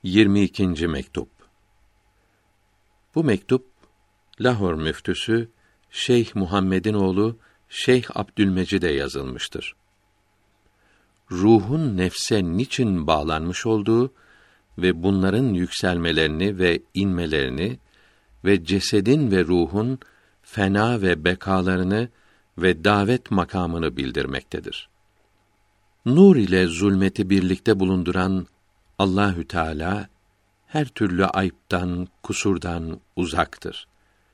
22. mektup. Bu mektup Lahor müftüsü Şeyh Muhammed'in oğlu Şeyh Abdülmecid'e yazılmıştır. Ruhun nefse niçin bağlanmış olduğu ve bunların yükselmelerini ve inmelerini ve cesedin ve ruhun fena ve bekalarını ve davet makamını bildirmektedir. Nur ile zulmeti birlikte bulunduran Allahü Teala her türlü ayıptan, kusurdan uzaktır.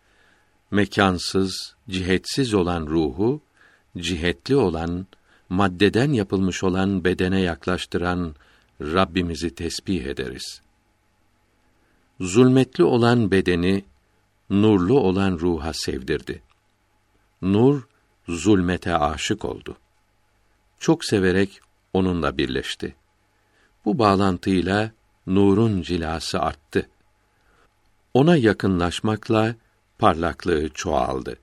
Mekansız, cihetsiz olan ruhu, cihetli olan, maddeden yapılmış olan bedene yaklaştıran Rabbimizi tesbih ederiz. Zulmetli olan bedeni, nurlu olan ruha sevdirdi. Nur, zulmete aşık oldu. Çok severek onunla birleşti. Bu bağlantıyla nurun cilası arttı. Ona yakınlaşmakla parlaklığı çoğaldı.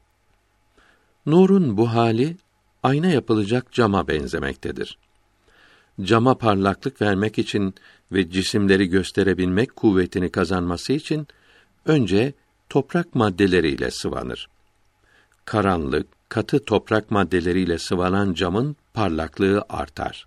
Nurun bu hali ayna yapılacak cama benzemektedir. Cama parlaklık vermek için ve cisimleri gösterebilmek kuvvetini kazanması için önce toprak maddeleriyle sıvanır. Karanlık, katı toprak maddeleriyle sıvanan camın parlaklığı artar.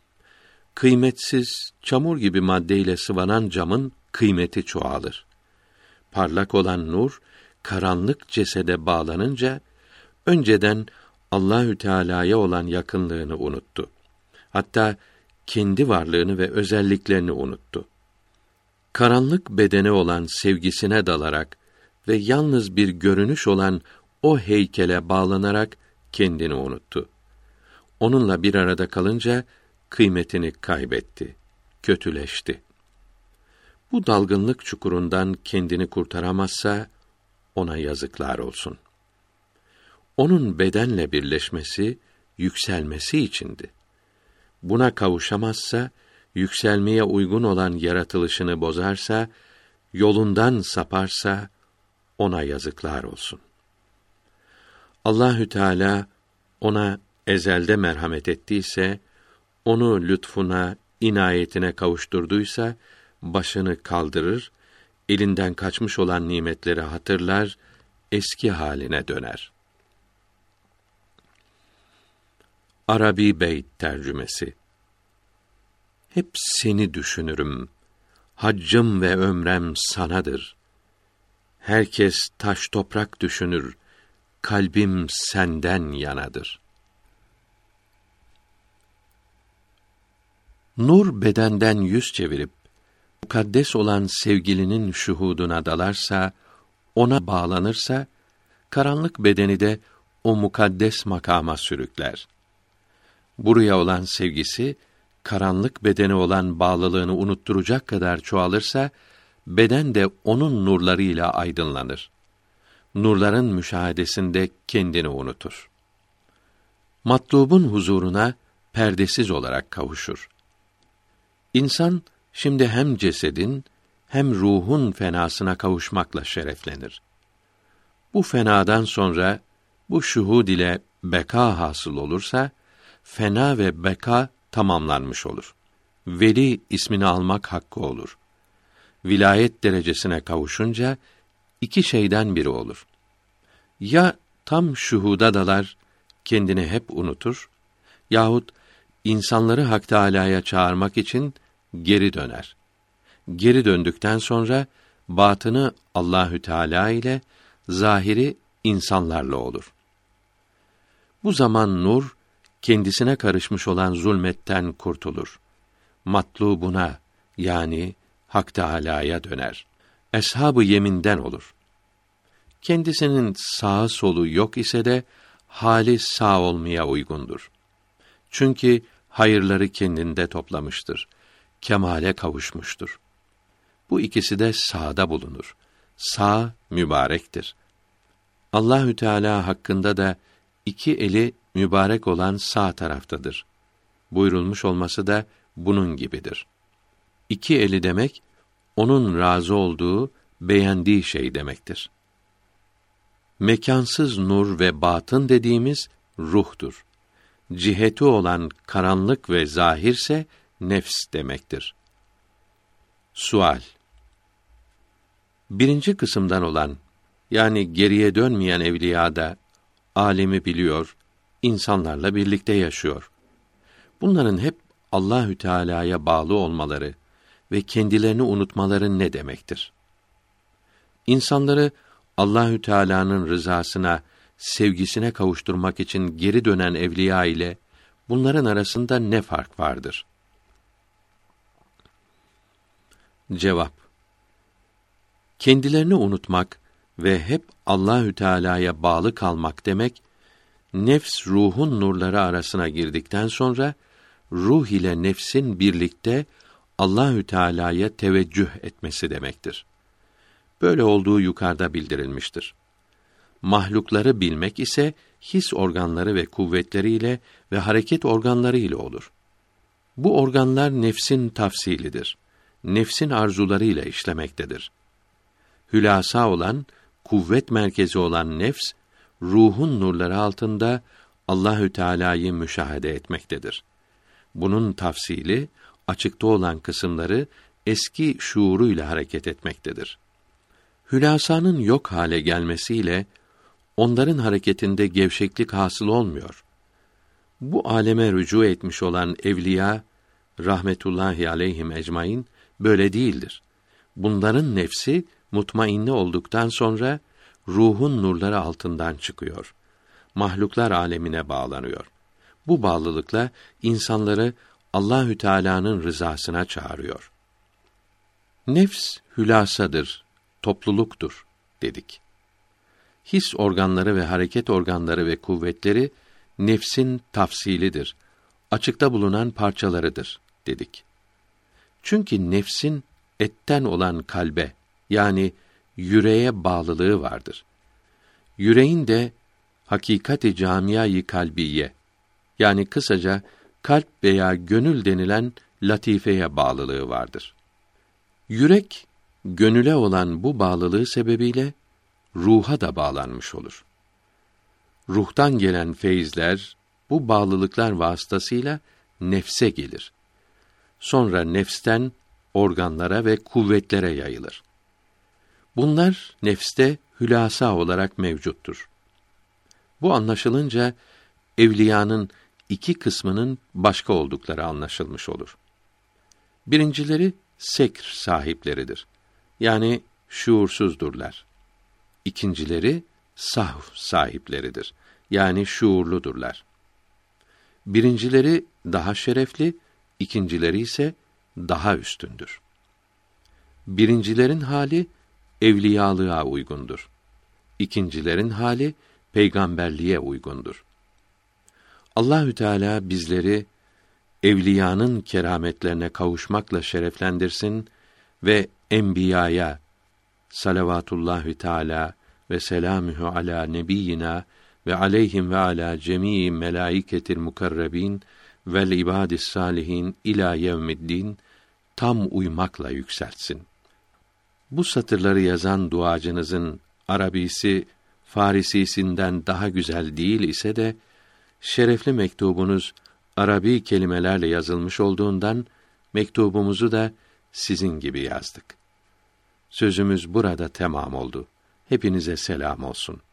Kıymetsiz, çamur gibi maddeyle sıvanan camın kıymeti çoğalır. Parlak olan nur, karanlık cesede bağlanınca, önceden Allahü Teala'ya olan yakınlığını unuttu. Hatta kendi varlığını ve özelliklerini unuttu. Karanlık bedene olan sevgisine dalarak ve yalnız bir görünüş olan o heykele bağlanarak kendini unuttu. Onunla bir arada kalınca kıymetini kaybetti, kötüleşti. Bu dalgınlık çukurundan kendini kurtaramazsa ona yazıklar olsun. Onun bedenle birleşmesi, yükselmesi içindi. Buna kavuşamazsa, yükselmeye uygun olan yaratılışını bozarsa, yolundan saparsa ona yazıklar olsun. Allahü Teala ona ezelde merhamet ettiyse, onu lütfuna, inayetine kavuşturduysa, başını kaldırır, elinden kaçmış olan nimetleri hatırlar, eski haline döner. Arabi Beyt tercümesi. Hep seni düşünürüm, haccım ve ömrem sanadır. Herkes taş toprak düşünür, kalbim senden yanadır. Nur bedenden yüz çevirip, mukaddes olan sevgilinin şuhuduna dalarsa, ona bağlanırsa, karanlık bedeni de o mukaddes makama sürükler. Buraya olan sevgisi, karanlık bedene olan bağlılığını unutturacak kadar çoğalırsa, beden de onun nurlarıyla aydınlanır. Nurların müşahadesinde kendini unutur. Matlubun huzuruna perdesiz olarak kavuşur. İnsan, şimdi hem cesedin, hem ruhun fenasına kavuşmakla şereflenir. Bu fenadan sonra, bu şuhud ile beka hasıl olursa, fena ve beka tamamlanmış olur. Veli ismini almak hakkı olur. Vilayet derecesine kavuşunca, iki şeyden biri olur. Ya tam şuhuda dalar, kendini hep unutur, yahut insanları Hak Teâlâ'ya çağırmak için geri döner. Geri döndükten sonra, batını Allahü Teâlâ ile, zahiri insanlarla olur. Bu zaman nur, kendisine karışmış olan zulmetten kurtulur. Matlubuna, yani Hak Teâlâ'ya döner. Eshab-ı yeminden olur. Kendisinin sağı solu yok ise de, hali sağ olmaya uygundur. Çünkü hayırları kendinde toplamıştır. Kemale kavuşmuştur. Bu ikisi de sağda bulunur. Sağ mübarektir. Allahü Teala hakkında da iki eli mübarek olan sağ taraftadır. Buyurulmuş olması da bunun gibidir. İki eli demek, onun razı olduğu, beğendiği şey demektir. Mekansız nur ve batın dediğimiz ruhtur. Ciheti olan karanlık ve zahirse nefs demektir. Sual. Birinci kısımdan olan, yani geriye dönmeyen evliya da alemi biliyor, insanlarla birlikte yaşıyor. Bunların hep Allahü Teala'ya bağlı olmaları ve kendilerini unutmaları ne demektir? İnsanları Allahü Teala'nın rızasına, sevgisine kavuşturmak için geri dönen evliya ile bunların arasında ne fark vardır? Cevap. Kendilerini unutmak ve hep Allahü Teala'ya bağlı kalmak demek, nefs ruhun nurları arasına girdikten sonra ruh ile nefsin birlikte Allahü Teala'ya teveccüh etmesi demektir. Böyle olduğu yukarıda bildirilmiştir. Mahlukları bilmek ise his organları ve kuvvetleriyle ve hareket organları ile olur. Bu organlar nefsin tafsilidir. Nefsin arzularıyla işlemektedir. Hülasa olan, kuvvet merkezi olan nefs, ruhun nurları altında Allahü Teala'yı müşahede etmektedir. Bunun tafsili, açıkta olan kısımları eski şuuruyla hareket etmektedir. Hülasanın yok hale gelmesiyle onların hareketinde gevşeklik hasıl olmuyor. Bu aleme rücu etmiş olan evliya rahmetullahi aleyhim ecmaîn böyle değildir. Bunların nefsi mutmainne olduktan sonra ruhun nurları altından çıkıyor. Mahluklar alemine bağlanıyor. Bu bağlılıkla insanları Allahü Teala'nın rızasına çağırıyor. Nefs hülasadır, topluluktur dedik. His organları ve hareket organları ve kuvvetleri nefsin tafsilidir, açıkta bulunan parçalarıdır dedik. Çünkü nefsin etten olan kalbe, yani yüreğe bağlılığı vardır. Yüreğin de hakikati camia-i kalbiye, yani kısaca kalp veya gönül denilen latifeye bağlılığı vardır. Yürek, gönüle olan bu bağlılığı sebebiyle ruha da bağlanmış olur. Ruhtan gelen feyizler, bu bağlılıklar vasıtasıyla nefse gelir. Sonra nefsten organlara ve kuvvetlere yayılır. Bunlar nefste hülasa olarak mevcuttur. Bu anlaşılınca evliyanın iki kısmının başka oldukları anlaşılmış olur. Birincileri sekr sahipleridir. Yani şuursuzdurlar. İkincileri sahv sahipleridir. Yani şuurludurlar. Birincileri daha şerefli, ikincileri ise daha üstündür. Birincilerin hali evliyalığa uygundur. İkincilerin hali peygamberliğe uygundur. Allahü Teala bizleri evliyanın kerametlerine kavuşmakla şereflendirsin ve enbiyaya salavatullahü teala ve selamühü ala nebiyyina ve aleyhim ve ala cemii melaiketil mukarrebin vel ibadis salihin ila yevmiddin tam uymakla yükseltsin. Bu satırları yazan duacınızın Arabisi Farisisinden daha güzel değil ise de şerefli mektubunuz Arabi kelimelerle yazılmış olduğundan mektubumuzu da sizin gibi yazdık. Sözümüz burada tamam oldu. Hepinize selam olsun.